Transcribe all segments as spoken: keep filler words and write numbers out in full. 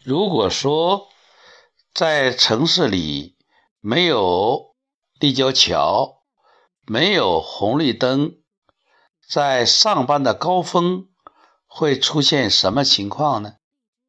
如果说在城市里没有立交桥，没有红绿灯，在上班的高峰会出现什么情况呢？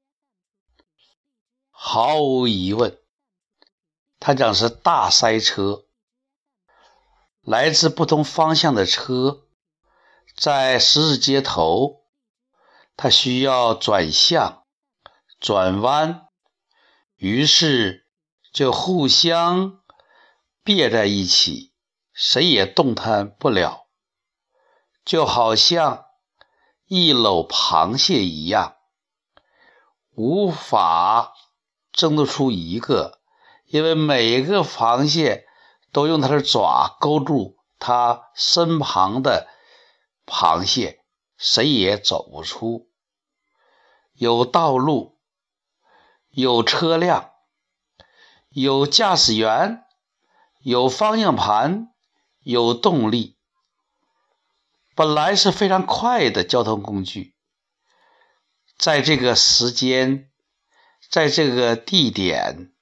毫无疑问，它将是大塞车。来自不同方向的车在十字街头，它需要转向、转弯，于是就互相别在一起，谁也动弹不了，就好像一篓螃蟹一样，无法争得出一个，因为每个螃蟹都用它的爪勾住它身旁的螃蟹，谁也走不出。有道路，有车辆，有驾驶员，有方向盘，有动力，本来是非常快的交通工具，在这个时间，在这个地点，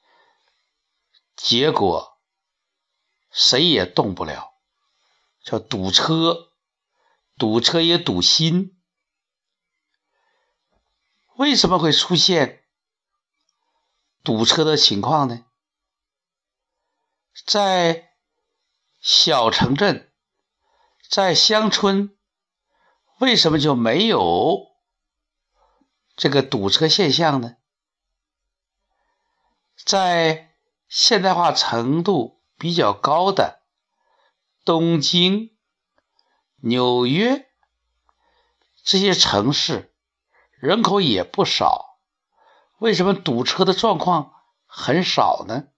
结果谁也动不了，叫堵车，堵车也堵心。为什么会出现堵车的情况呢？在小城镇，在乡村，为什么就没有这个堵车现象呢？在现代化程度比较高的东京、纽约这些城市，人口也不少，为什么堵车的状况很少呢？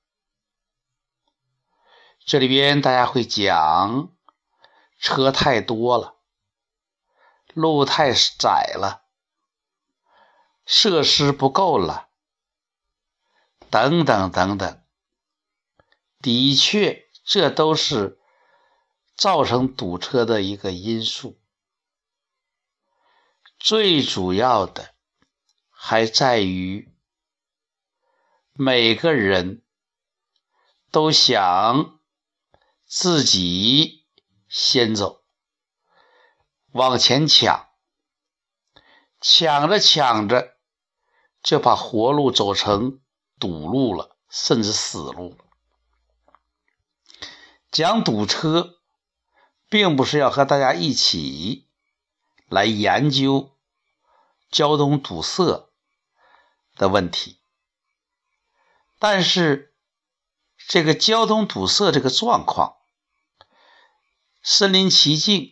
这里边大家会讲，车太多了，路太窄了，设施不够了，等等等等。的确，这都是造成堵车的一个因素。最主要的还在于每个人都想自己先走，往前抢，抢着抢着就把活路走成堵路了，甚至死路了。讲堵车并不是要和大家一起来研究交通堵塞的问题，但是这个交通堵塞这个状况，身临其境，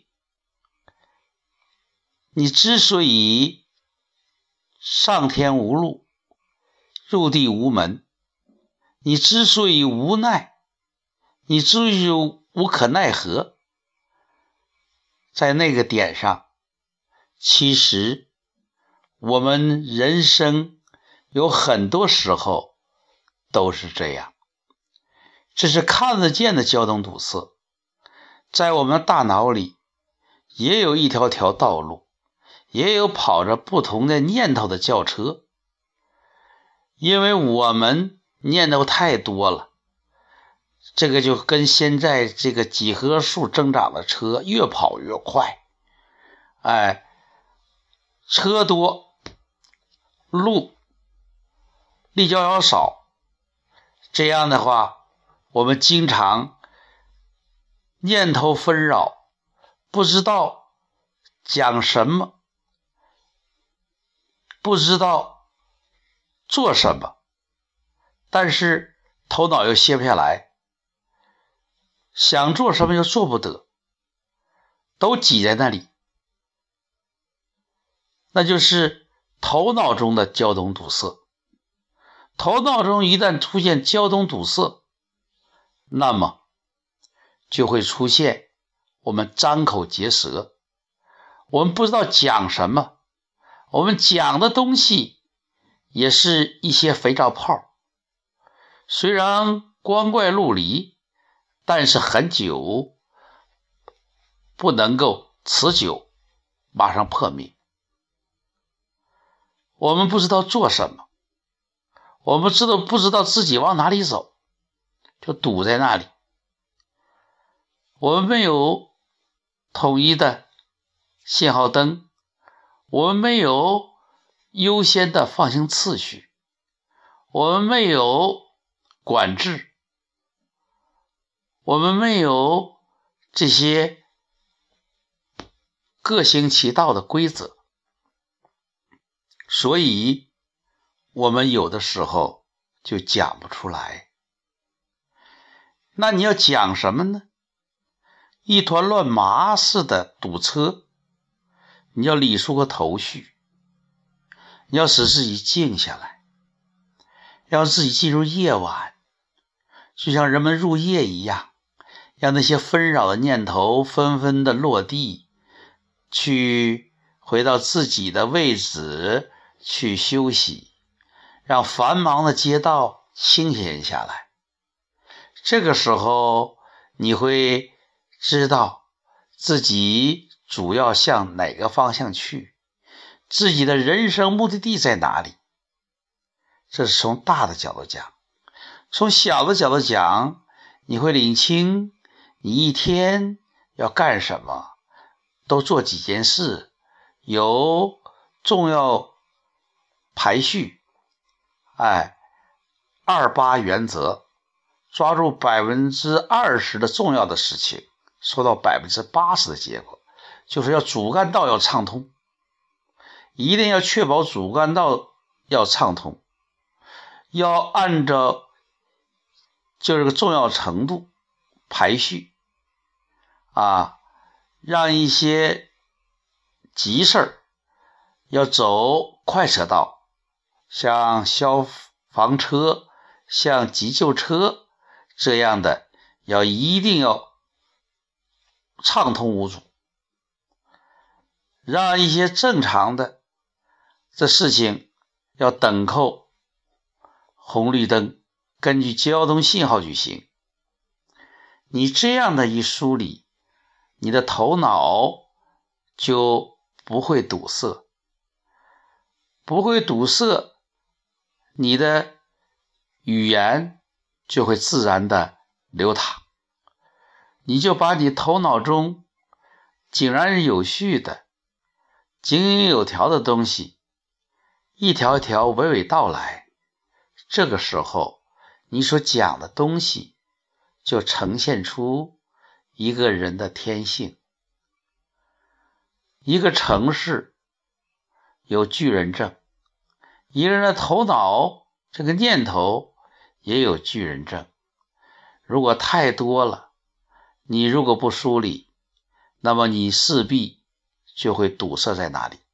你之所以上天无路，入地无门，你之所以无奈，你之所以无可奈何，在那个点上，其实我们人生有很多时候都是这样。这是看得见的交通堵塞，在我们大脑里也有一条条道路，也有跑着不同的念头的轿车，因为我们念头太多了，这个就跟现在这个几何数增长的车越跑越快，哎，车多，路立交桥少，这样的话我们经常念头纷扰，不知道讲什么，不知道做什么，但是头脑又歇不下来，想做什么又做不得，都挤在那里，那就是头脑中的交通堵塞。头脑中一旦出现交通堵塞，那么就会出现我们张口结舌，我们不知道讲什么，我们讲的东西也是一些肥皂泡，虽然光怪陆离，但是很久不能够持久，马上破灭。我们不知道做什么， 我们知道不知道自己往哪里走，就堵在那里。我们没有统一的信号灯，我们没有优先的放行次序，我们没有管制，我们没有这些各行其道的规则，所以我们有的时候就讲不出来。那你要讲什么呢？一团乱麻似的堵车，你要理出个头绪，你要使自己静下来，让自己进入夜晚，就像人们入夜一样，让那些纷扰的念头纷纷的落地，去回到自己的位置去休息，让繁忙的街道清闲下来。这个时候你会知道自己主要向哪个方向去，自己的人生目的地在哪里。这是从大的角度讲。从小的角度讲，你会领清你一天要干什么，都做几件事，有重要排序，哎，二八原则，抓住百分之二十的重要的事情，收到百分之八十的结果，就是要主干道要畅通，一定要确保主干道要畅通，要按照就这个重要程度排序啊，让一些急事儿要走快车道，像消防车、像急救车这样的，要一定要畅通无阻。让一些正常的这事情要等候红绿灯，根据交通信号去行。你这样的一梳理，你的头脑就不会堵塞，不会堵塞，你的语言就会自然的流淌，你就把你头脑中井然有序的、井井有条的东西一条一条娓娓道来。这个时候你所讲的东西就呈现出一个人的天性。一个城市有巨人症，一个人的头脑这个念头也有巨人症。如果太多了，你如果不梳理，那么你势必就会堵塞在那里。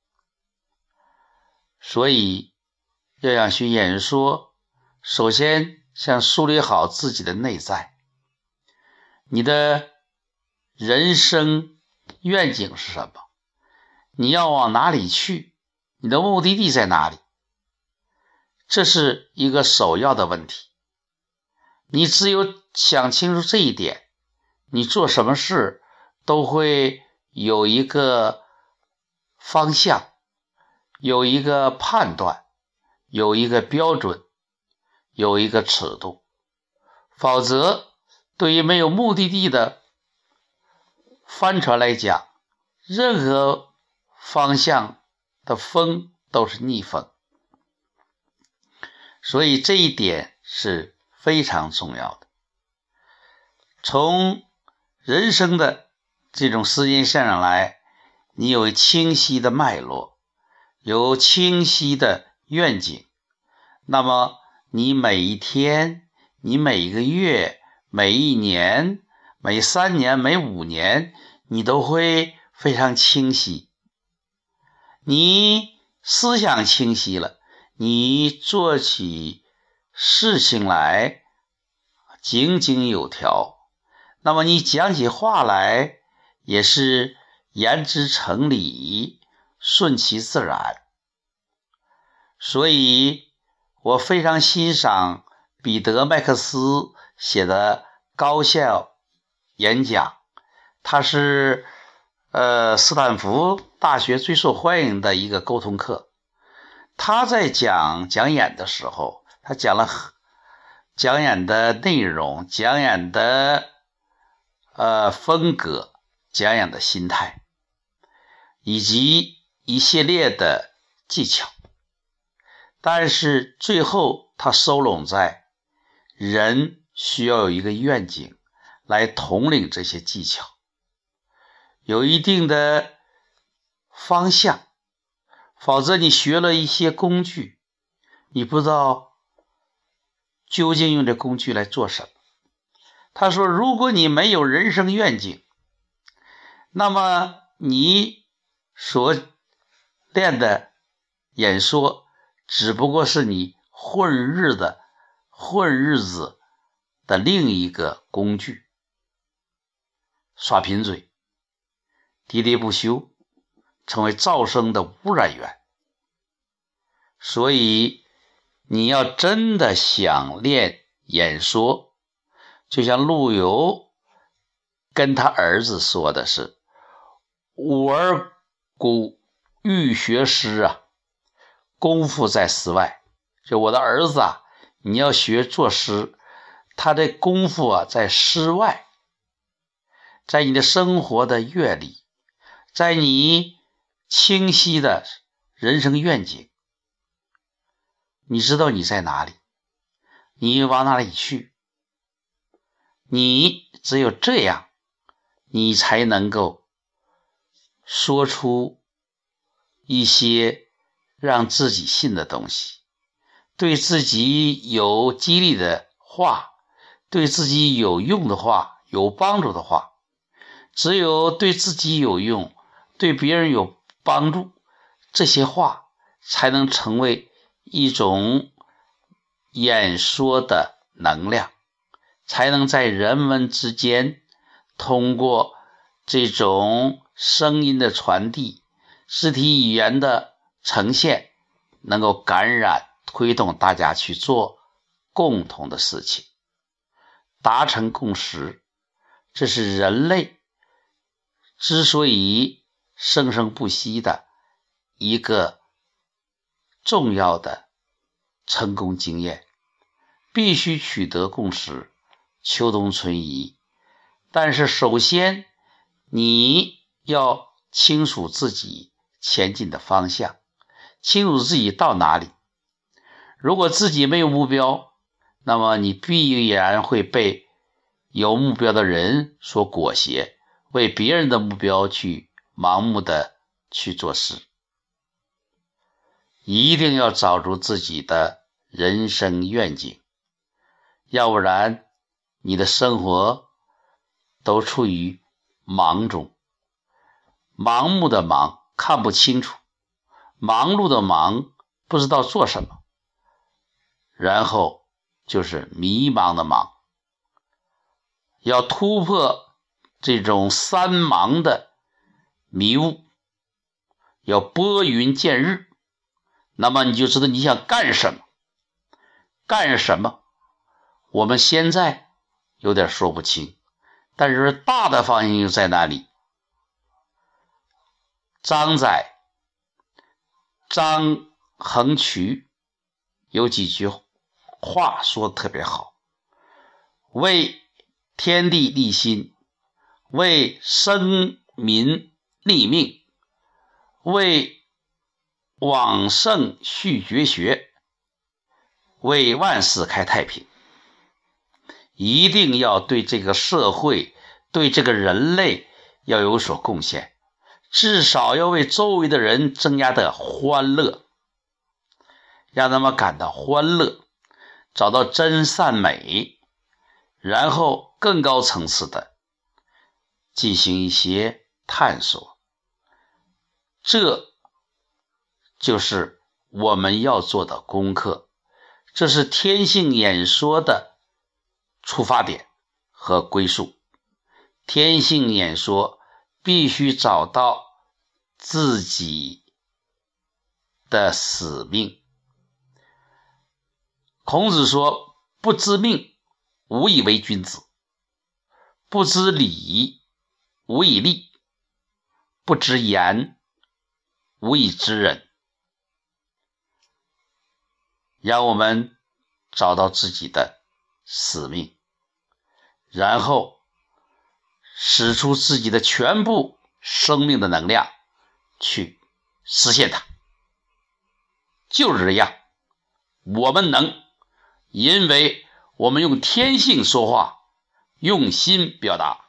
所以要想学演说，首先先梳理好自己的内在，你的人生愿景是什么？你要往哪里去？你的目的地在哪里？这是一个首要的问题。你只有想清楚这一点，你做什么事都会有一个方向，有一个判断，有一个标准，有一个尺度。否则对于没有目的地的帆船来讲，任何方向的风都是逆风。所以这一点是非常重要的。从人生的这种时间线上来，你有清晰的脉络，有清晰的愿景，那么你每一天，你每一个月，每一年，每三年，每五年，你都会非常清晰。你思想清晰了，你做起事情来井井有条，那么你讲起话来也是言之成理，顺其自然。所以我非常欣赏彼得·麦克斯写的高效演讲，他是呃斯坦福大学最受欢迎的一个沟通课。他在讲讲演的时候他讲了讲演的内容，讲演的呃风格，讲演的心态，以及一系列的技巧。但是最后他收拢在人需要有一个愿景来统领这些技巧，有一定的方向，否则你学了一些工具，你不知道究竟用这工具来做什么。他说，如果你没有人生愿景，那么你所练的演说只不过是你混日的混日子的另一个工具，耍贫嘴，喋喋不休，成为噪声的污染源。所以你要真的想练演说，就像陆游跟他儿子说的是，吾儿古欲学诗啊，功夫在诗外。就我的儿子啊，你要学作诗，他的功夫啊在诗外，在你的生活的阅历，在你清晰的人生愿景。你知道你在哪里，你往哪里去，你只有这样，你才能够说出一些让自己信的东西，对自己有激励的话，对自己有用的话，有帮助的话。只有对自己有用，对别人有帮助，这些话才能成为一种演说的能量，才能在人们之间通过这种声音的传递，肢体语言的呈现，能够感染推动大家去做共同的事情，达成共识。这是人类之所以生生不息的一个重要的成功经验，必须取得共识，求同存异。但是首先你要清楚自己前进的方向，清楚自己到哪里。如果自己没有目标，那么你必然会被有目标的人所裹挟，为别人的目标去盲目的去做事。一定要找出自己的人生愿景，要不然你的生活都处于盲中。盲目的盲，看不清楚；忙碌的忙，不知道做什么。然后就是迷茫的茫。要突破这种三盲的迷雾，要拨云见日，那么你就知道你想干什么。干什么我们现在有点说不清，但是大的方向就在那里。张载、张衡渠有几句话说得特别好，为天地立心，为生民立命，为往圣续绝学，为万世开太平。一定要对这个社会，对这个人类要有所贡献，至少要为周围的人增加的欢乐，让他们感到欢乐，找到真善美，然后更高层次的进行一些探索。这就是我们要做的功课，这是天性演说的出发点和归宿。天性演说必须找到自己的使命。孔子说，不知命，无以为君子；不知礼，无以立；不知言，无以知人。让我们找到自己的使命，然后使出自己的全部生命的能量去实现它。就是这样，我们能，因为我们用天性说话，用心表达。